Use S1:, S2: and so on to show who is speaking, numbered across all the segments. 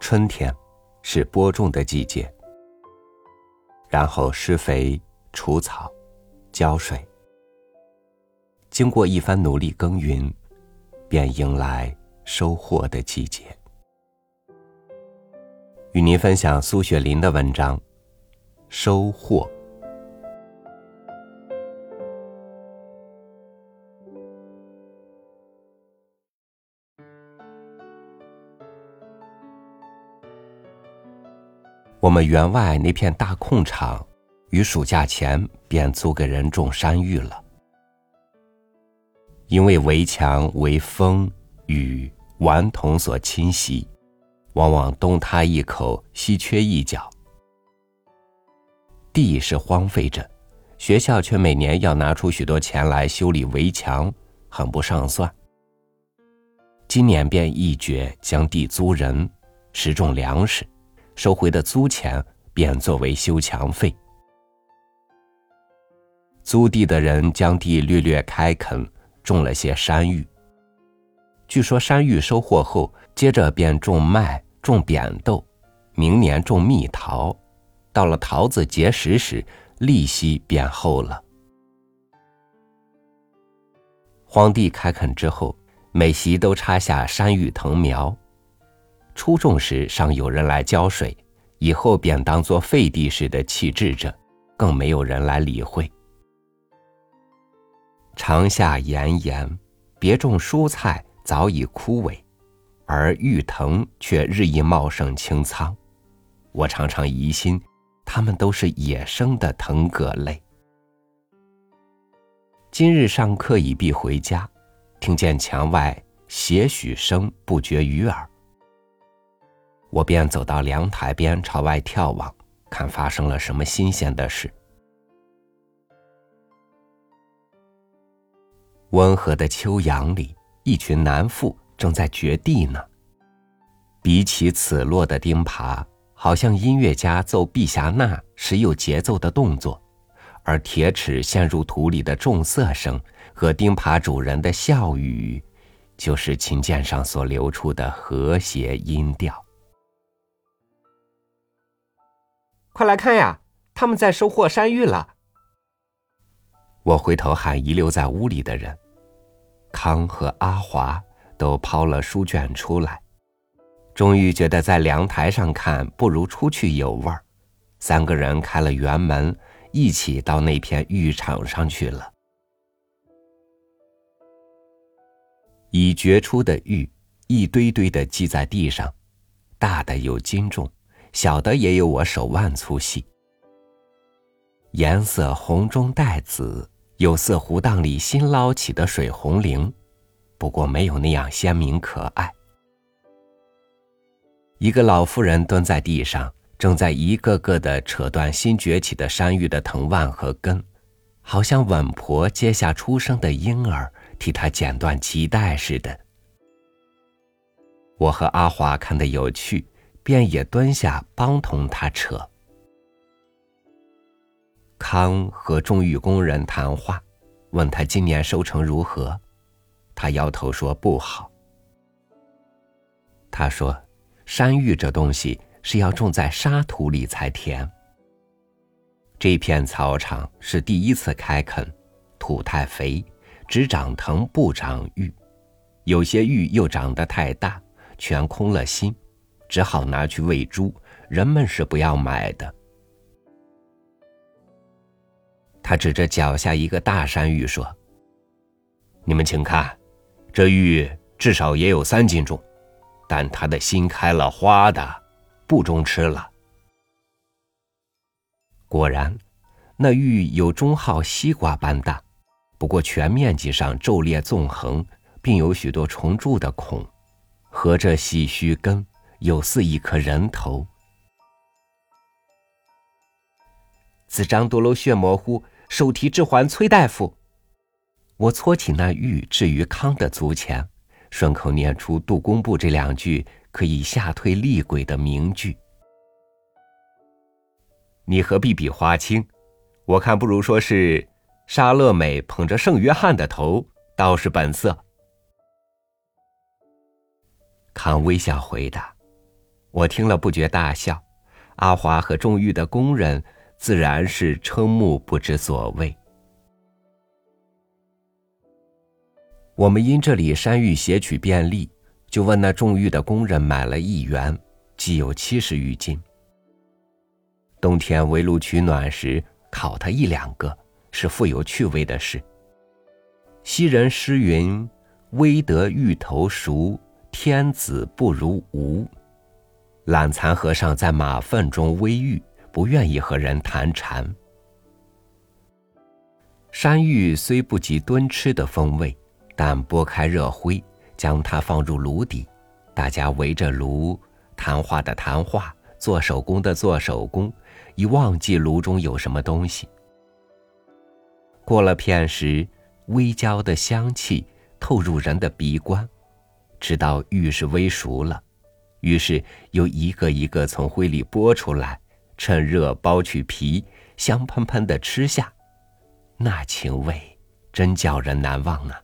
S1: 春天是播种的季节，然后施肥、除草、浇水，经过一番努力耕耘，便迎来收获的季节。与您分享苏雪林的文章《收获》。我们园外那片大空场，于暑假前便租给人种山芋了。因为围墙为风、雨、顽童所侵袭，往往东塌一口，西缺一角。地是荒废着，学校却每年要拿出许多钱来修理围墙，很不上算。今年便一决将地租人，食种粮食，收回的租钱便作为修墙费。租地的人将地略略开垦，种了些山芋。据说山芋收获后，接着便种麦、种扁豆，明年种蜜桃，到了桃子结实时，利息便厚了。荒地开垦之后，每席都插下山芋藤苗，初种时尚有人来浇水，以后便当作废地似的弃置着，更没有人来理会。长夏炎炎，别种蔬菜早已枯萎，而芋藤却日益茂盛青苍。我常常疑心，它们都是野生的藤葛类。今日上课已毕回家，听见墙外些许声不绝于耳。我便走到凉台边朝外眺望，看发生了什么新鲜的事。温和的秋阳里，一群男妇正在掘地呢。比起此落的钉耙，好像音乐家奏碧霞那时有节奏的动作，而铁齿陷入土里的重色声和钉耙主人的笑语，就是琴键上所流出的和谐音调。快来看呀，他们在收获山芋了！我回头喊遗留在屋里的人，康和阿华都抛了书卷出来，终于觉得在凉台上看不如出去有味儿。三个人开了园门，一起到那片芋场上去了。已掘出的芋一堆堆地积在地上，大的有斤重，小的也有我手腕粗细，颜色红中带紫，有似湖荡里新捞起的水红菱，不过没有那样鲜明可爱。一个老妇人蹲在地上，正在一个个地扯断新崛起的山芋的藤蔓和根，好像稳婆接下出生的婴儿，替他剪断脐带似的。我和阿华看得有趣，便也蹲下帮同他扯。康和种芋工人谈话，问他今年收成如何，他摇头说不好。他说山芋这东西是要种在沙土里才甜。这片草场是第一次开垦，土太肥，只长藤不长芋，有些芋又长得太大，全空了心，只好拿去喂猪，人们是不要买的。他指着脚下一个大山芋说，你们请看，这芋至少也有3斤重，但它的心开了花的，不中吃了。果然，那芋有中号西瓜般大，不过全面积上皱裂纵横，并有许多虫蛀的孔，和着细须根，有似一颗人头。子张多楼血模糊，手提指环崔大夫。我搓起那玉置于康的足前，顺口念出杜工部这2句可以吓退厉鬼的名句。你何必比花青？我看不如说是沙乐美捧着圣约翰的头，倒是本色。康微笑回答， 我听了不觉大笑，阿华和种玉的工人自然是瞠目不知所谓。我们因这里山芋携取便利，就问那种玉的工人买了1元，即有70余斤。冬天围炉取暖时烤它1、2个，是富有趣味的事。昔人诗云：微得芋头熟，天子不如无。懒蚕和尚在马粪中煨玉，不愿意和人谈禅。山芋虽不及炖吃的风味，但拨开热灰，将它放入炉底，大家围着炉，谈话的谈话，做手工的做手工，已忘记炉中有什么东西。过了片时，微焦的香气透入人的鼻关，知道玉是煨熟了，于是又一个一个从灰里拨出来，趁热剥去皮，香喷喷地吃下，那情味真叫人难忘啊！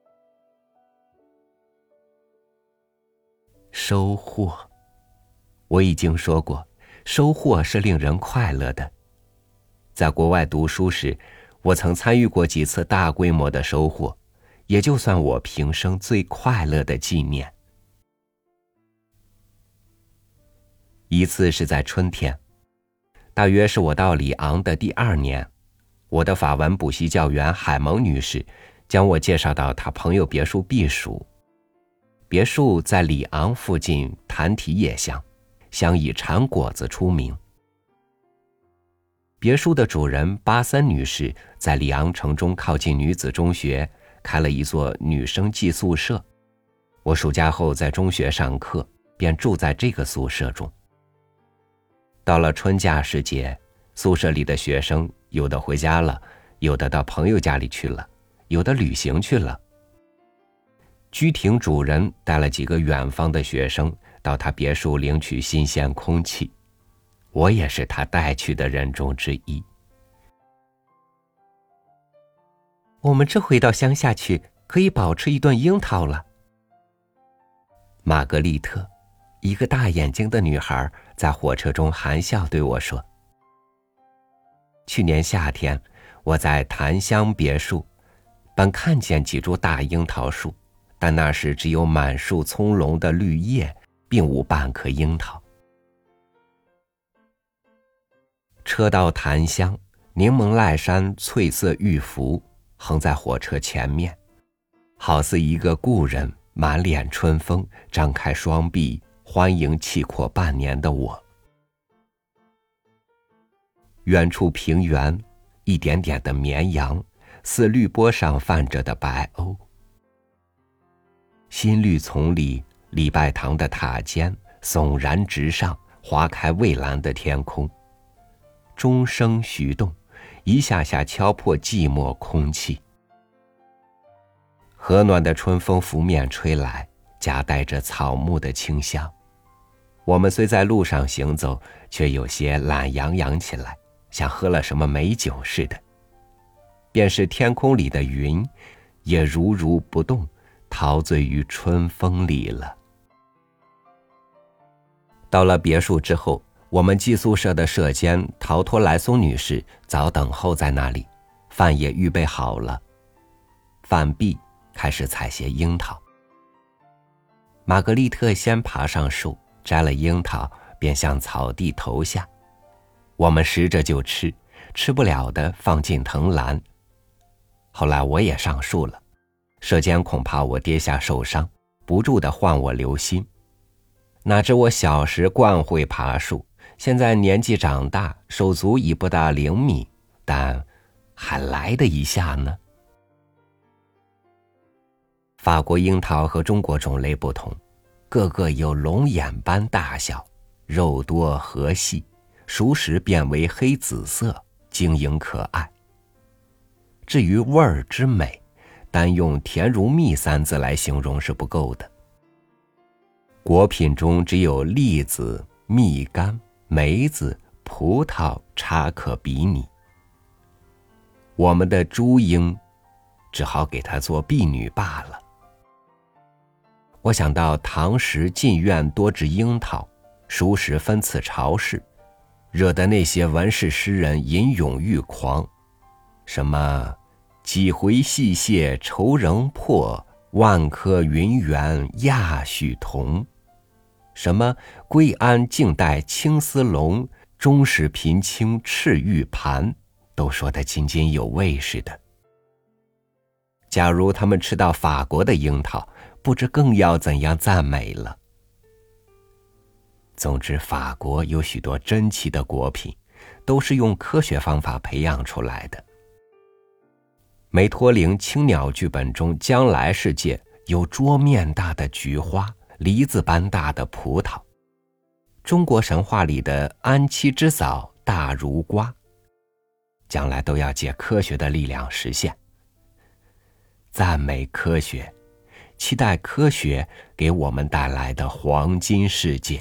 S1: 收获，我已经说过，收获是令人快乐的。在国外读书时，我曾参与过几次大规模的收获，也就算我平生最快乐的纪念。一次是在春天，大约是我到里昂的第2年，我的法文补习教员海蒙女士将我介绍到她朋友别墅避暑。别墅在里昂附近坛提叶乡，乡以产果子出名。别墅的主人巴森女士在里昂城中靠近女子中学开了一座女生寄宿舍，我暑假后在中学上课，便住在这个宿舍中。到了春假时节，宿舍里的学生有的回家了，有的到朋友家里去了，有的旅行去了。居亭主人带了几个远方的学生到他别墅领取新鲜空气，我也是他带去的人中之一。我们这回到乡下去，可以饱吃一顿樱桃了。玛格丽特，一个大眼睛的女孩，在火车中含笑对我说。去年夏天，我在檀香别墅，本看见几株大樱桃树，但那时只有满树葱茏的绿叶，并无半颗樱桃。车到檀香，柠檬赖山翠色玉符横在火车前面，好似一个故人满脸春风，张开双臂欢迎气阔半年的我。远处平原，一点点的绵羊，似绿波上泛着的白鸥。新绿丛里，礼拜堂的塔尖悚然直上，划开蔚蓝的天空，钟声徐动，一下下敲破寂寞空气。和暖的春风拂面吹来，夹带着草木的清香。我们虽在路上行走，却有些懒洋洋起来，像喝了什么美酒似的。便是天空里的云，也如如不动，陶醉于春风里了。到了别墅之后，我们寄宿舍的舍监陶托莱松女士早等候在那里，饭也预备好了。饭毕，开始采撷樱桃。玛格丽特先爬上树，摘了樱桃，便向草地投下。我们拾着就吃，吃不了的放进藤篮。后来我也上树了，舍监恐怕我跌下受伤，不住地唤我留心。哪知我小时惯会爬树，现在年纪长大，手足已不大灵敏，但还来得一下呢。法国樱桃和中国种类不同，个个有龙眼般大小，肉多核细，熟时变为黑紫色，晶莹可爱。至于味儿之美，单用甜如蜜3字来形容是不够的。果品中只有栗子、蜜柑、梅子、葡萄差可比拟。我们的朱樱只好给它做婢女罢了。我想到唐时进院多植樱桃， 熟识分此朝事，惹得那些文士诗人吟咏欲狂，什么几回细谢愁仍破，万颗云缘亚许同，什么归安静待青丝笼，终使贫青赤玉盘，都说得津津有味似的。假如他们吃到法国的樱桃，不知更要怎样赞美了。总之，法国有许多珍奇的果品，都是用科学方法培养出来的。梅托林青鸟剧本中，将来世界有桌面大的菊花，梨子般大的葡萄。中国神话里的安七之枣大如瓜，将来都要借科学的力量实现。赞美科学，期待科学给我们带来的黄金世界。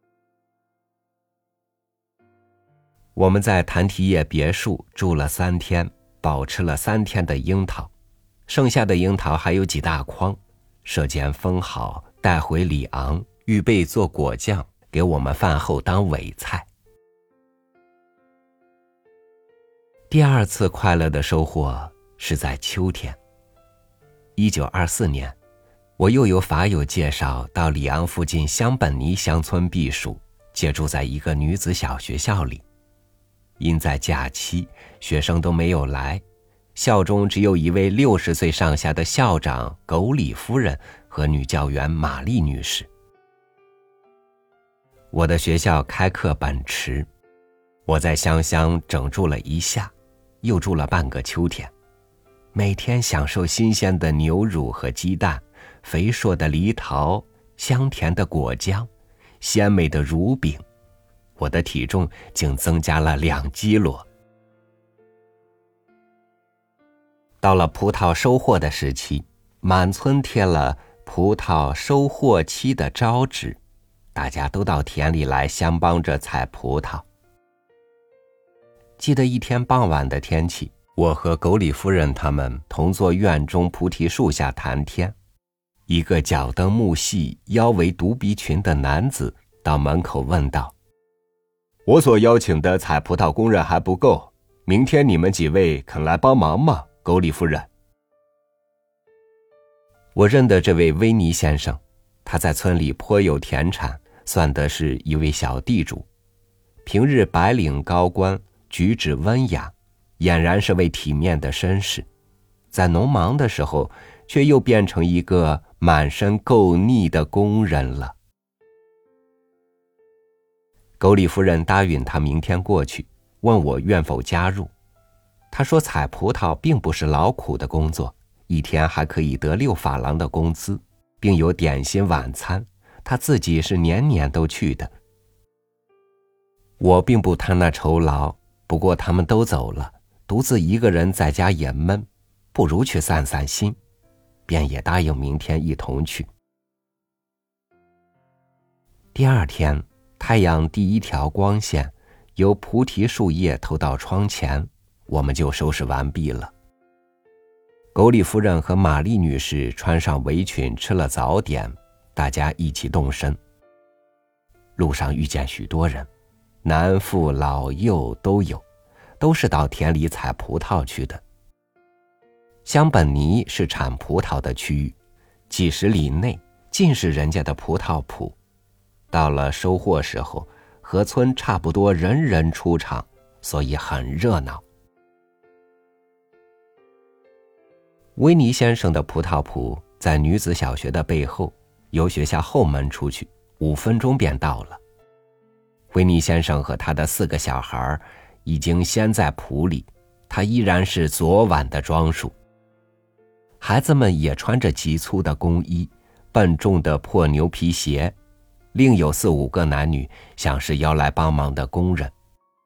S1: 我们在谭提叶别墅住了3天，饱吃了3天的樱桃，剩下的樱桃还有几大筐，舍监封好，带回里昂，预备做果酱，给我们饭后当尾菜。第2次快乐的收获是在秋天。1924年，我又有法友介绍到里昂附近香本尼乡村避暑，借住在一个女子小学校里。因在假期，学生都没有来，校中只有一位60岁上下的校长苟里夫人和女教员玛丽女士。我的学校开课本迟，我在香乡整住了1夏，又住了半个秋天，每天享受新鲜的牛乳和鸡蛋，肥硕的梨桃，香甜的果浆，鲜美的乳饼，我的体重竟增加了2基罗。到了葡萄收获的时期，满村贴了葡萄收获期的招纸，大家都到田里来相帮着采葡萄。记得一天傍晚的天气，我和苟里夫人他们同坐院中菩提树下谈天。一个脚蹬木细、腰围独鼻裙的男子到门口问道：“我所邀请的采葡萄工人还不够，明天你们几位肯来帮忙吗？苟里夫人。”我认得这位威尼先生，他在村里颇有田产，算得是一位小地主。平日白领高官，举止温雅，俨然是位体面的绅士，在农忙的时候，却又变成一个满身垢腻的工人了。苟里夫人答应他明天过去，问我愿否加入。他说采葡萄并不是劳苦的工作，一天还可以得6法郎的工资，并有点心晚餐，他自己是年年都去的。我并不贪那酬劳，不过他们都走了，独自一个人在家也闷，不如去散散心，便也答应明天一同去。第2天，太阳第1条光线由菩提树叶透到窗前，我们就收拾完毕了。苟里夫人和玛丽女士穿上围裙，吃了早点，大家一起动身。路上遇见许多人，男妇老幼都有，都是到田里采葡萄去的。香本尼是产葡萄的区域，几十里内尽是人家的葡萄圃。到了收获时候，河村差不多人人出场，所以很热闹。威尼先生的葡萄圃在女子小学的背后，由学校后门出去，5分钟便到了。威尼先生和他的4个小孩已经先在圃里，他依然是昨晚的装束。孩子们也穿着极粗的工衣，笨重的破牛皮鞋，另有4、5个男女，像是要来帮忙的工人。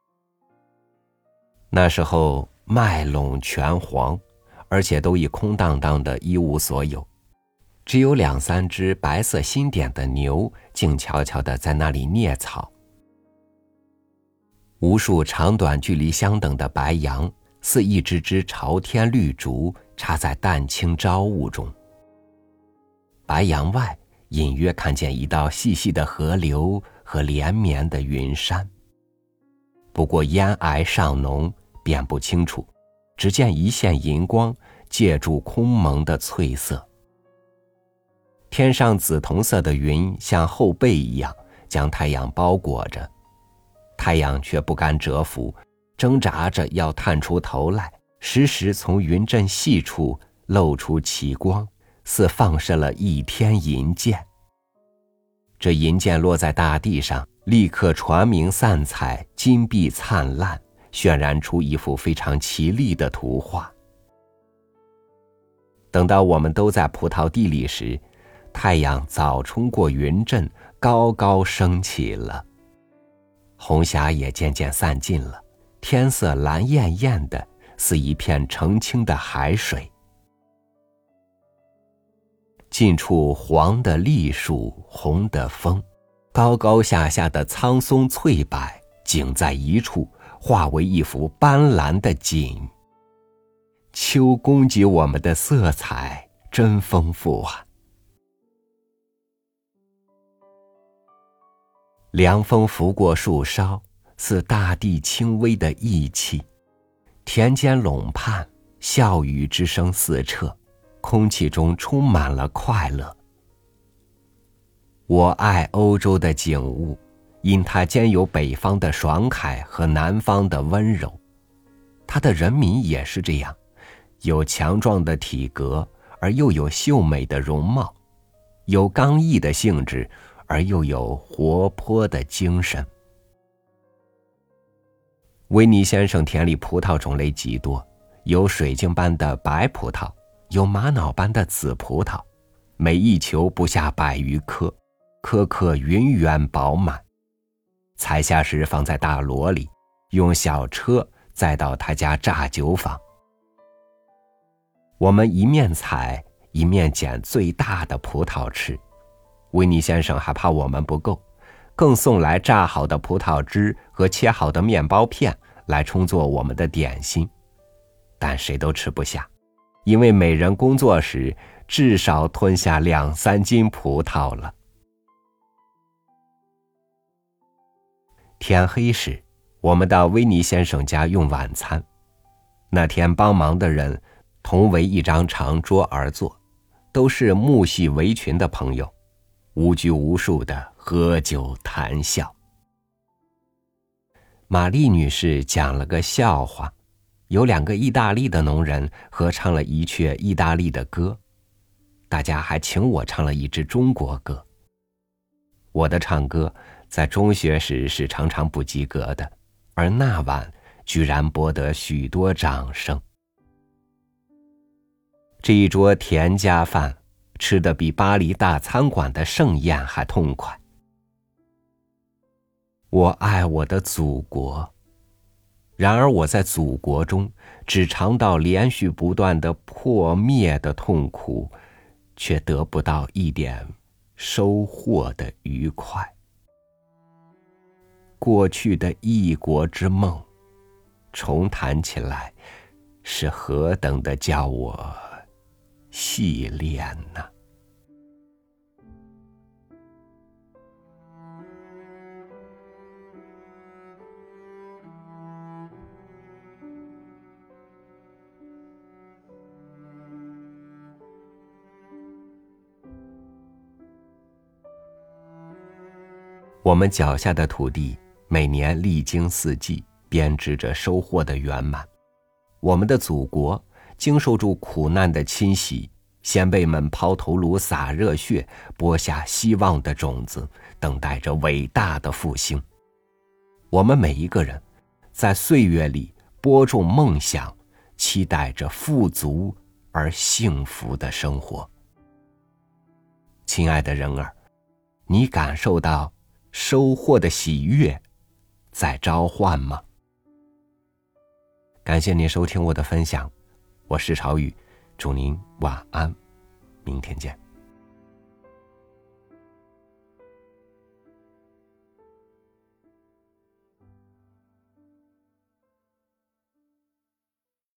S1: 那时候麦垄全黄，而且都已空荡荡的一无所有，只有2、3只白色新点的牛静悄悄地在那里啮草。无数长短距离相等的白杨，似一只只朝天绿烛，插在淡青朝雾中。白杨外隐约看见一道细细的河流和连绵的云山。不过烟霭尚浓，辨不清楚，只见一线银光借助空蒙的翠色。天上紫铜色的云像厚被一样将太阳包裹着，太阳却不甘蛰伏，挣扎着要探出头来，时时从云阵细处露出奇光，似放射了一天银箭。这银箭落在大地上，立刻传明散彩，金碧灿烂，渲染出一幅非常奇丽的图画。等到我们都在葡萄地里时，太阳早冲过云阵，高高升起了，红霞也渐渐散尽了，天色蓝艳艳的，似一片澄清的海水。近处黄的栗树，红的枫，高高下下的苍松翠柏景在一处，化为一幅斑斓的景。秋供给我们的色彩真丰富啊！凉风拂过树梢，似大地轻微的意气。田间垄畔，笑语之声四彻，空气中充满了快乐。我爱欧洲的景物，因它兼有北方的爽快和南方的温柔。它的人民也是这样，有强壮的体格，而又有秀美的容貌，有刚毅的性质，而又有活泼的精神。维尼先生田里葡萄种类极多，有水晶般的白葡萄，有玛瑙般的紫葡萄，每一球不下100余颗，颗颗匀圆饱满。采下时放在大箩里，用小车载到他家榨酒坊。我们一面采，一面捡最大的葡萄吃。维尼先生还怕我们不够，更送来榨好的葡萄汁和切好的面包片来充作我们的点心。但谁都吃不下，因为每人工作时至少吞下2、3斤葡萄了。天黑时，我们到维尼先生家用晚餐。那天帮忙的人同围一张长桌而坐，都是木系围裙的朋友，无拘无束地喝酒谈笑。玛丽女士讲了个笑话，有2个意大利的农人合唱了一阙意大利的歌，大家还请我唱了一支中国歌。我的唱歌在中学时是常常不及格的，而那晚居然博得许多掌声。这一桌田家饭吃得比巴黎大餐馆的盛宴还痛快。我爱我的祖国，然而我在祖国中只尝到连续不断的破灭的痛苦，却得不到一点收获的愉快。过去的异国之梦重谈起来，是何等的叫我细恋呢？我们脚下的土地每年历经4季，编织着收获的圆满。我们的祖国经受住苦难的侵袭，先辈们抛头颅洒热血，播下希望的种子，等待着伟大的复兴。我们每一个人在岁月里播种梦想，期待着富足而幸福的生活。亲爱的人儿，你感受到收获的喜悦在召唤吗？感谢您收听我的分享，我是朝雨，祝您晚安，明天见。